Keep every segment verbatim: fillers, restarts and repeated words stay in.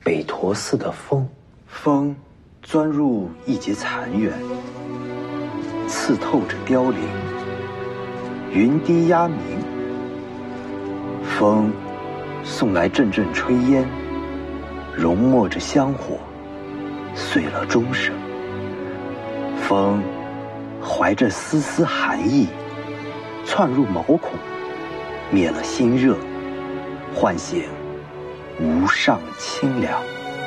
北驼寺的风， 风钻入一节残垣，刺透着凋零，云低鸦鸣。风送来阵阵炊烟，融没着香火，碎了钟声。风怀着丝丝寒意，窜入毛孔，灭了心热，唤醒无上清凉。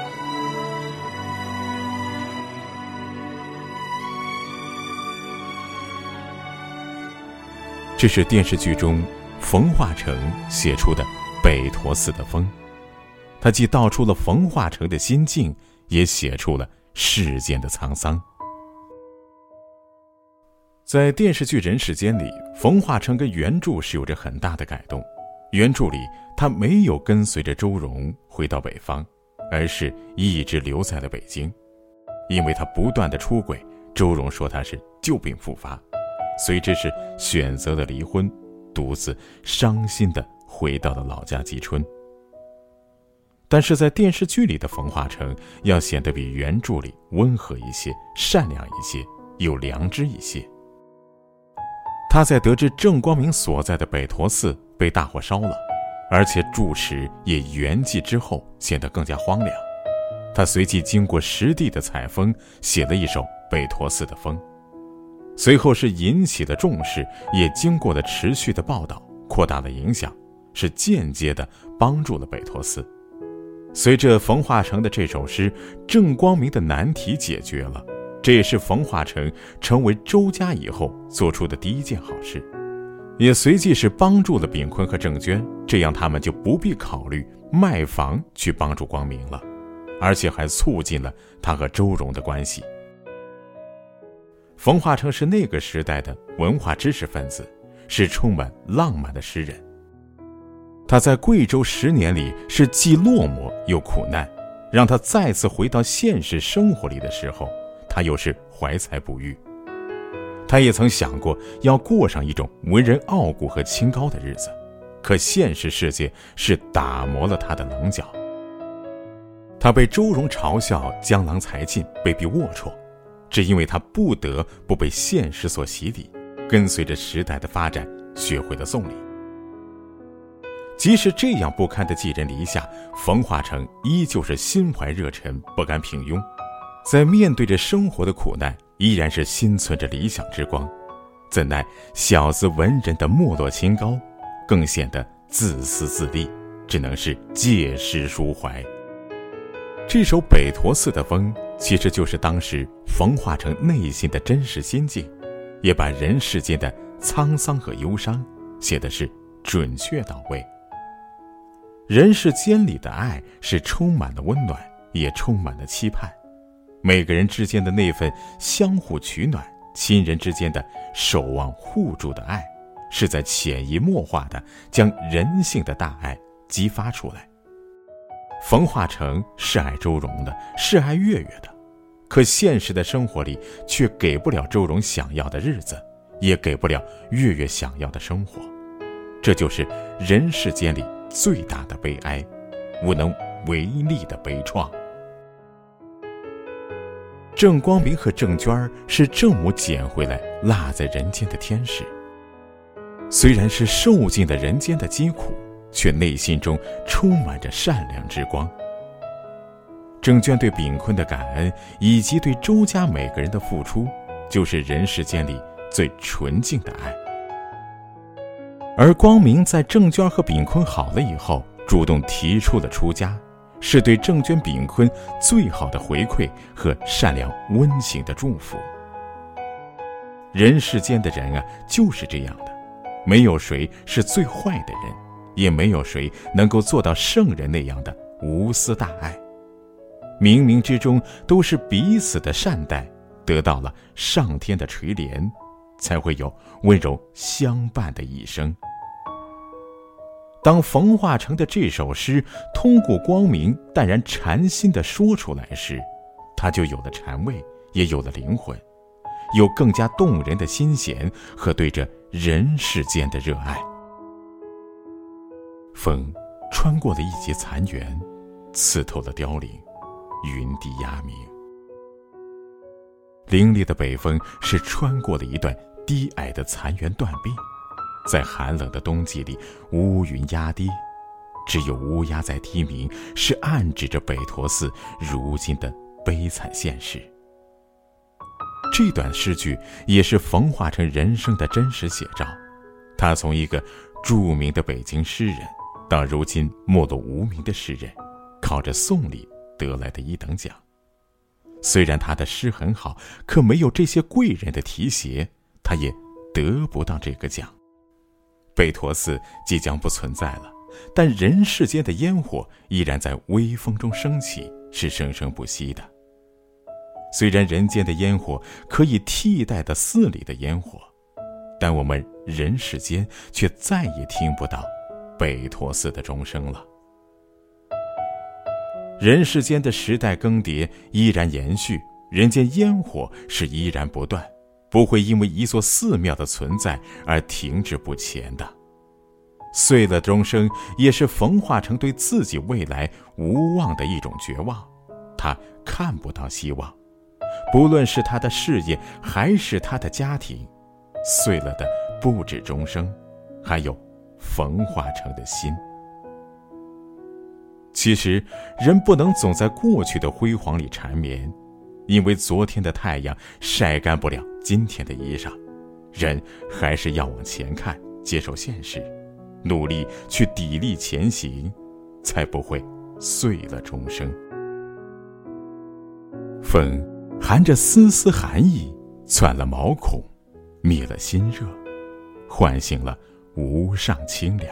这是电视剧中冯化成写出的北驼寺的风，他既道出了冯化成的心境，也写出了世间的沧桑。在电视剧《人世间》里，冯化成跟原著是有着很大的改动。原著里他没有跟随着周蓉回到北方，而是一直留在了北京。因为他不断的出轨，周蓉说他是旧病复发，随之是选择了离婚，独自伤心地回到了老家吉春。但是在电视剧里的冯化成要显得比原著里温和一些，善良一些，有良知一些。他在得知郑光明所在的北驼寺被大火烧了，而且住持也圆寂之后，显得更加荒凉。他随即经过实地的采风，写了一首北驼寺的风。随后是引起了重视，也经过了持续的报道，扩大了影响，是间接的帮助了北驼寺。随着冯化成的这首诗，郑光明的难题解决了，这也是冯化成成为周家以后做出的第一件好事，也随即是帮助了炳坤和郑娟，这样他们就不必考虑卖房去帮助光明了，而且还促进了他和周蓉的关系。冯化成是那个时代的文化知识分子，是充满浪漫的诗人。他在贵州十年里是既落寞又苦难，让他再次回到现实生活里的时候，他又是怀才不遇。他也曾想过要过上一种为人傲骨和清高的日子，可现实世界是打磨了他的棱角。他被周蓉嘲笑江郎才尽，被逼龌龊，只因为他不得不被现实所洗礼，跟随着时代的发展，学会了送礼。即使这样不堪的寄人篱下，冯化成依旧是心怀热忱，不甘平庸，在面对着生活的苦难，依然是心存着理想之光。怎奈小子文人的没落清高，更显得自私自利，只能是借诗抒怀。这首北驼寺的风，其实就是当时冯化成内心的真实心境，也把人世间的沧桑和忧伤写的是准确到位。人世间里的爱是充满了温暖，也充满了期盼。每个人之间的那份相互取暖，亲人之间的守望互助的爱，是在潜移默化地将人性的大爱激发出来。冯化成是爱周蓉的，是爱月月的，可现实的生活里却给不了周蓉想要的日子，也给不了月月想要的生活。这就是人世间里最大的悲哀，无能为力的悲怆。郑光明和郑娟是郑母捡回来落在人间的天使，虽然是受尽了人间的疾苦，却内心中充满着善良之光。郑娟对炳坤的感恩，以及对周家每个人的付出，就是人世间里最纯净的爱。而光明在郑娟和炳坤好了以后，主动提出了出家，是对郑娟炳坤最好的回馈和善良温情的祝福。人世间的人啊，就是这样的，没有谁是最坏的人，也没有谁能够做到圣人那样的无私大爱。冥冥之中都是彼此的善待，得到了上天的垂怜，才会有温柔相伴的一生。当冯化成的这首诗通过光明淡然禅心地说出来时，他就有了禅味，也有了灵魂，有更加动人的心弦和对着人世间的热爱。风穿过了一截残垣， 刺透了凋零，云地鸦鸣。凛冽的北风是穿过了一段低矮的残垣断壁，在寒冷的冬季里，乌云压低，只有乌鸦在低鸣，是暗指着北陀寺如今的悲惨现实。这段诗句也是冯化成人生的真实写照，他从一个著名的北京诗人到如今没落无名的诗人，靠着送礼得来的一等奖。虽然他的诗很好，可没有这些贵人的提携，他也得不到这个奖。北陀寺即将不存在了，但人世间的烟火依然在微风中升起，是生生不息的。虽然人间的烟火可以替代的寺里的烟火，但我们人世间却再也听不到北陀寺的钟声了。人世间的时代更迭依然延续，人间烟火是依然不断，不会因为一座寺庙的存在而停滞不前的。碎了钟声也是冯化成对自己未来无望的一种绝望，他看不到希望，不论是他的事业还是他的家庭，碎了的不止钟声，还有冯化成的心。其实人不能总在过去的辉煌里缠绵，因为昨天的太阳晒干不了今天的衣裳，人还是要往前看，接受现实，努力去砥砺前行，才不会碎了钟声。风含着丝丝寒意，窜了毛孔，灭了心热，唤醒了无上清凉。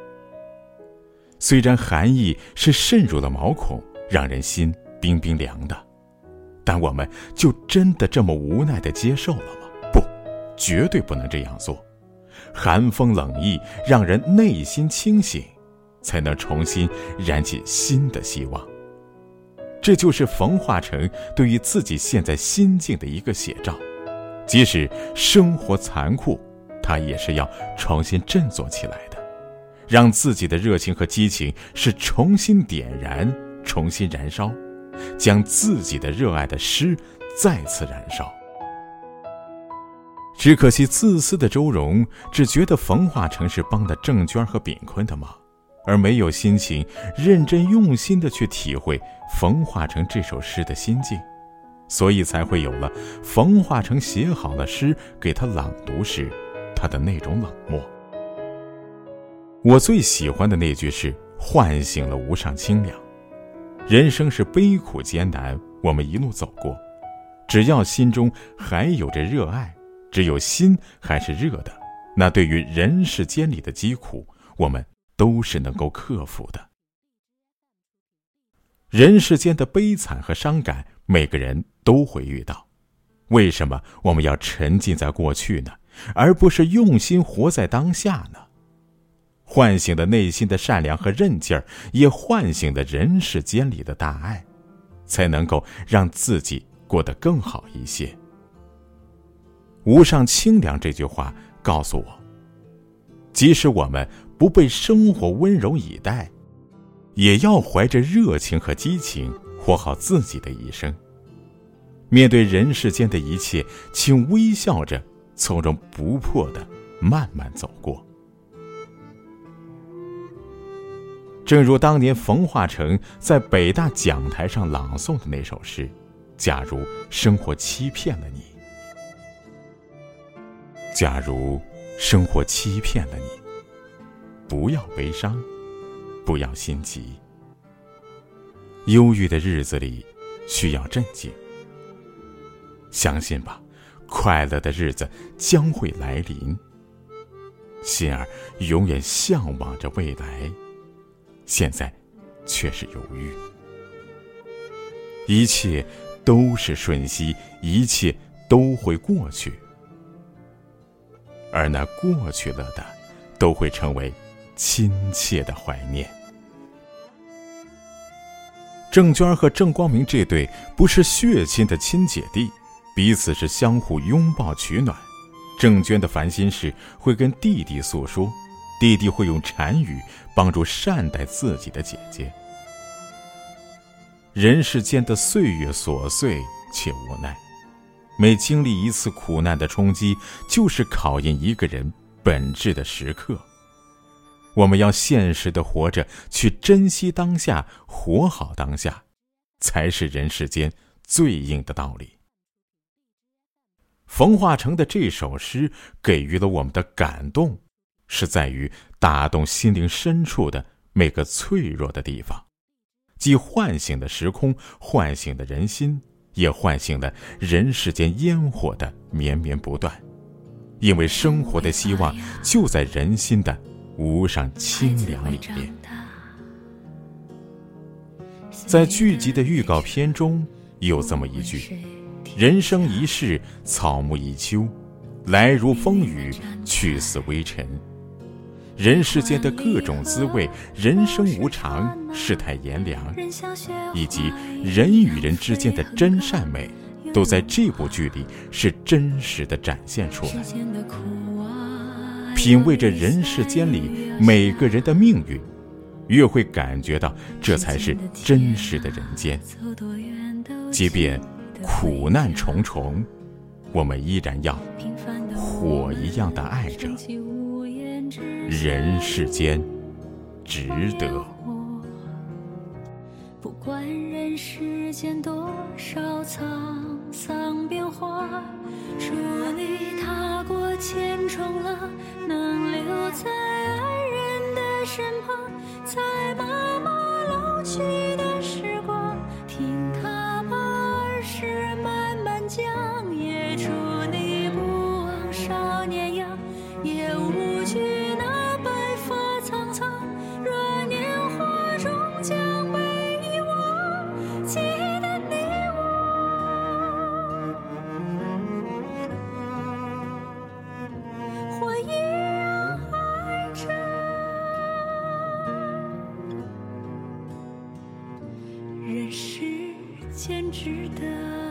虽然寒意是渗入了毛孔，让人心冰冰凉的，但我们就真的这么无奈地接受了吗？不，绝对不能这样做。寒风冷意让人内心清醒，才能重新燃起新的希望。这就是冯化成对于自己现在心境的一个写照。即使生活残酷，他也是要重新振作起来的，让自己的热情和激情是重新点燃，重新燃烧，将自己的热爱的诗再次燃烧。只可惜自私的周荣只觉得冯化成是帮了郑娟和炳坤的忙，而没有心情认真用心地去体会冯化成这首诗的心境，所以才会有了冯化成写好了诗给他朗读时他的那种冷漠。我最喜欢的那句是唤醒了无上清凉。人生是悲苦艰难，我们一路走过，只要心中还有着热爱，只有心还是热的，那对于人世间里的疾苦，我们都是能够克服的。人世间的悲惨和伤感，每个人都会遇到，为什么我们要沉浸在过去呢？而不是用心活在当下呢？唤醒了内心的善良和韧劲儿，也唤醒了人世间里的大爱，才能够让自己过得更好一些。无上清凉这句话告诉我，即使我们不被生活温柔以待，也要怀着热情和激情活好自己的一生。面对人世间的一切，请微笑着从容不迫地慢慢走过。正如当年冯化成在北大讲台上朗诵的那首诗，假如生活欺骗了你，假如生活欺骗了你，不要悲伤，不要心急。忧郁的日子里需要镇静，相信吧，快乐的日子将会来临。心儿永远向往着未来，现在却是犹豫。一切都是瞬息，一切都会过去，而那过去了的都会成为亲切的怀念。郑娟和郑光明这对不是血亲的亲姐弟，彼此是相互拥抱取暖。郑娟的烦心事会跟弟弟诉说，弟弟会用禅语帮助善待自己的姐姐。 人世间的岁月琐碎且无奈，每经历一次苦难的冲击，就是考验一个人本质的时刻。我们要现实的活着，去珍惜当下，活好当下，才是人世间最硬的道理。冯化成的这首诗给予了我们的感动，是在于打动心灵深处的每个脆弱的地方，既唤醒了时空，唤醒了人心，也唤醒了人世间烟火的绵绵不断。因为生活的希望就在人心的无上清凉里面。在剧集的预告片中有这么一句：人生一世，草木一秋，来如风雨，去似微尘。人世间的各种滋味，人生无常，世态炎凉，以及人与人之间的真善美，都在这部剧里是真实的展现出来。品味着人世间里每个人的命运，越会感觉到这才是真实的人间。即便苦难重重，我们依然要火一样的爱着。人世间值得。 不管人世间多少沧桑变化，祝你踏过千重浪，能留在爱人的身旁，在妈妈老去的时光，听她把儿时慢慢讲，也祝你不忘少年样，也无惧那白发苍苍，若年华终将被遗忘，记得你我会一样爱着。人世间值得。